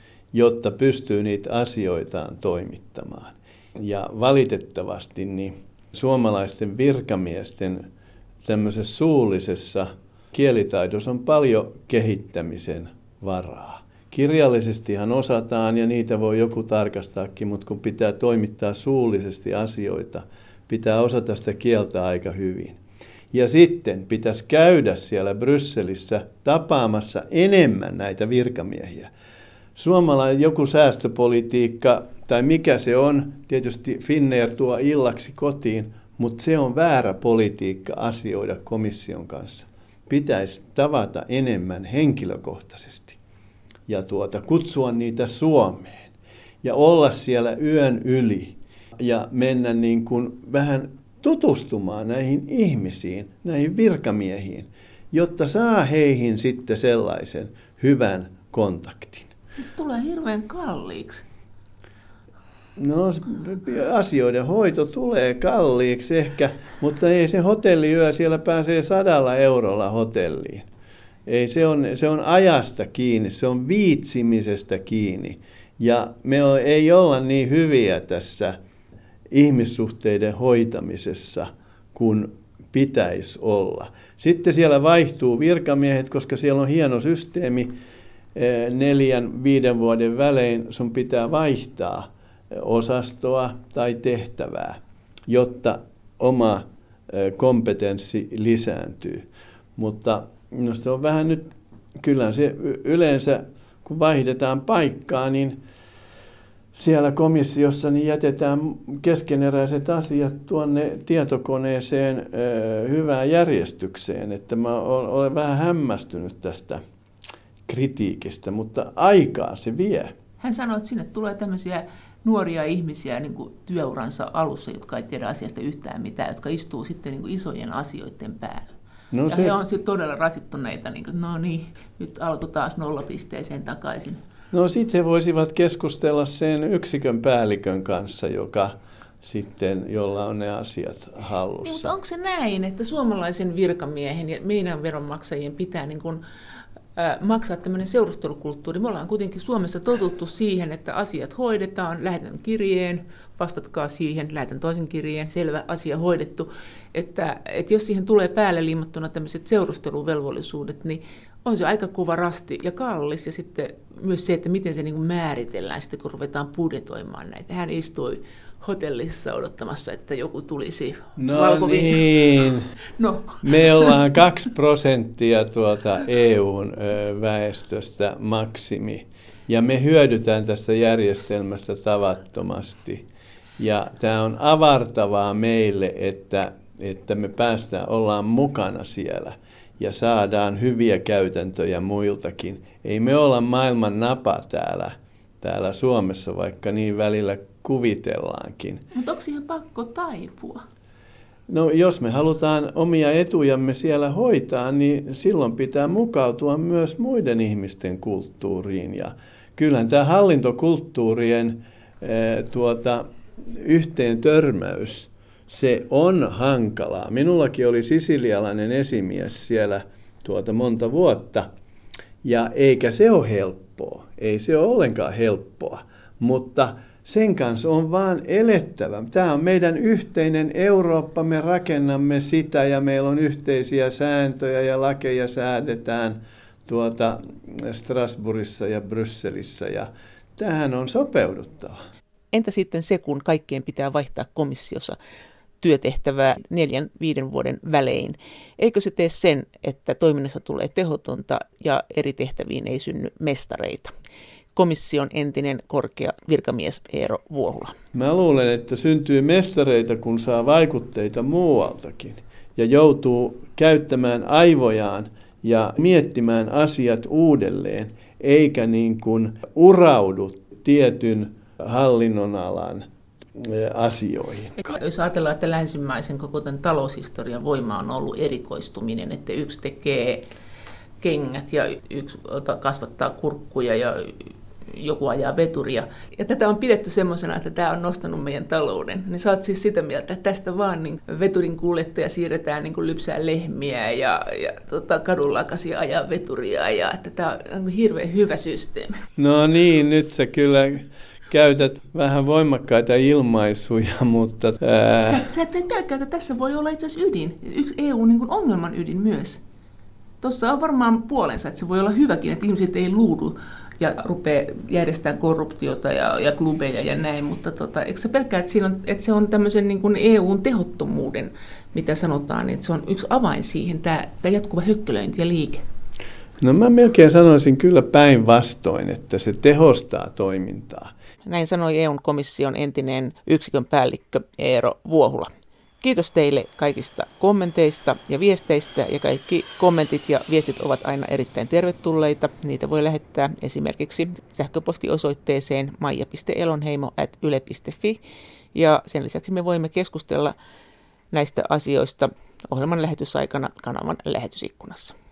S2: jotta pystyy niitä asioitaan toimittamaan. Ja valitettavasti niin suomalaisten virkamiesten tämmöisessä suullisessa kielitaidossa on paljon kehittämisen varaa. Kirjallisestihan osataan ja niitä voi joku tarkastaakin, mutta kun pitää toimittaa suullisesti asioita, pitää osata sitä kieltä aika hyvin. Ja sitten pitäisi käydä siellä Brysselissä tapaamassa enemmän näitä virkamiehiä. Suomalainen joku säästöpolitiikka tai mikä se on, tietysti Finnair tuo illaksi kotiin, mutta se on väärä politiikka asioida komission kanssa. Pitäisi tavata enemmän henkilökohtaisesti ja tuota, kutsua niitä Suomeen ja olla siellä yön yli ja mennä niin kuin vähän tutustumaan näihin ihmisiin, näihin virkamiehiin, jotta saa heihin sitten sellaisen hyvän kontaktin.
S1: Se tulee hirveän kalliiksi.
S2: No asioiden hoito tulee kalliiksi ehkä, mutta ei se hotelliyö, siellä pääsee sadalla eurolla hotelliin. Ei, se, on, se on ajasta kiinni, se on viitsimisestä kiinni. Ja me ei olla niin hyviä tässä ihmissuhteiden hoitamisessa kuin pitäisi olla. Sitten siellä vaihtuu virkamiehet, koska siellä on hieno systeemi. Neljän, viiden vuoden välein sun pitää vaihtaa osastoa tai tehtävää, jotta oma kompetenssi lisääntyy. Mutta no se on vähän nyt, kyllä se yleensä, kun vaihdetaan paikkaa, niin siellä komissiossa niin jätetään keskeneräiset asiat tuonne tietokoneeseen ö, hyvään järjestykseen. Että mä olen vähän hämmästynyt tästä kritiikistä, mutta aikaa se vie.
S1: Hän sanoi, että sinne tulee tämmöisiä nuoria ihmisiä niin kuin työuransa alussa, jotka ei tiedä asiasta yhtään mitään, jotka istuu sitten niin kuin isojen asioiden päällä. No ja se... he on sitten todella rasittuneita, niin kuin, no niin, nyt alkoi taas nollapisteeseen takaisin.
S2: No sitten he voisivat keskustella sen yksikön päällikön kanssa, joka sitten, jolla on ne asiat hallussa.
S1: Niin, mutta onko se näin, että suomalaisen virkamiehen ja meidän veronmaksajien pitää niin kuin, äh, maksaa tämmöinen seurustelukulttuuri? Me ollaan kuitenkin Suomessa totuttu siihen, että asiat hoidetaan, lähetän kirjeen, vastatkaa siihen, lähetän toisen kirjeen, selvä, asia hoidettu. Että, että jos siihen tulee päälle liimattuna tämmöiset seurusteluvelvollisuudet, niin on se aika kova rasti ja kallis, ja sitten myös se, että miten se niin kuin määritellään sitten, kun ruvetaan budjetoimaan näitä. Hän istui hotellissa odottamassa, että joku tulisi
S2: no
S1: valkovin.
S2: Niin.
S1: No.
S2: Me ollaan kaksi prosenttia tuota E U:n väestöstä maksimi, ja me hyödytään tästä järjestelmästä tavattomasti. Ja tämä on avartavaa meille, että, että me päästään, ollaan mukana siellä. Ja saadaan hyviä käytäntöjä muiltakin. Ei me olla maailman napa täällä, täällä Suomessa, vaikka niin välillä kuvitellaankin.
S1: Mutta onko siihen pakko taipua?
S2: No jos me halutaan omia etujamme siellä hoitaa, niin silloin pitää mukautua myös muiden ihmisten kulttuuriin. Ja kyllähän tämä hallintokulttuurien eh, tuota, yhteen törmäys, se on hankalaa. Minullakin oli sisilialainen esimies siellä tuota monta vuotta, ja eikä se ole helppoa. Ei se ole ollenkaan helppoa, mutta sen kanssa on vaan elettävä. Tämä on meidän yhteinen Eurooppa, me rakennamme sitä, ja meillä on yhteisiä sääntöjä ja lakeja säädetään tuota Strasbourgissa ja Brysselissä, ja tähän on sopeuduttava.
S1: Entä sitten se, kun kaikkien pitää vaihtaa komissiossa työtehtävää neljän, viiden vuoden välein? Eikö se tee sen, että toiminnassa tulee tehotonta ja eri tehtäviin ei synny mestareita? Komission entinen korkea virkamies Eero Vuohula.
S2: Mä luulen, että syntyy mestareita, kun saa vaikutteita muualtakin ja joutuu käyttämään aivojaan ja miettimään asiat uudelleen, eikä niin kuin uraudu tietyn hallinnonalan asioihin.
S1: Jos ajatellaan, että länsimaisen koko tämän taloushistorian voima on ollut erikoistuminen, että yksi tekee kengät ja yksi kasvattaa kurkkuja ja joku ajaa veturia. Ja tätä on pidetty semmoisena, että tämä on nostanut meidän talouden. Niin sä oot siis sitä mieltä, että tästä vaan niin veturin kuljettaja siirretään niin kuin lypsää lehmiä ja, ja tota, kadunlakasia ajaa veturia ja että tämä on hirveän hyvä systeemi.
S2: No niin, nyt sä kyllä käytät vähän voimakkaita ilmaisuja, mutta... Ää...
S1: Sä, sä et pelkää, että tässä voi olla itse asiassa ydin, yksi E U:n niin kuin ongelman ydin myös. Tuossa on varmaan puolensa, että se voi olla hyväkin, että ihmiset ei luudu ja rupeaa järjestämään korruptiota ja, ja klubeja ja näin, mutta tota, eikö sä pelkää, että, siinä on, että se on tämmöisen niin kuin E U:n tehottomuuden, mitä sanotaan, niin että se on yksi avain siihen, tämä, tämä jatkuva hökkölöinti ja liike?
S2: No mä melkein sanoisin kyllä päinvastoin, että se tehostaa toimintaa.
S1: Näin sanoi E U:n komission entinen yksikön päällikkö Eero Vuohula. Kiitos teille kaikista kommenteista ja viesteistä, ja kaikki kommentit ja viestit ovat aina erittäin tervetulleita. Niitä voi lähettää esimerkiksi sähköpostiosoitteeseen maija piste elonheimo ät yle piste fi, ja sen lisäksi me voimme keskustella näistä asioista ohjelman lähetysaikana kanavan lähetysikkunassa.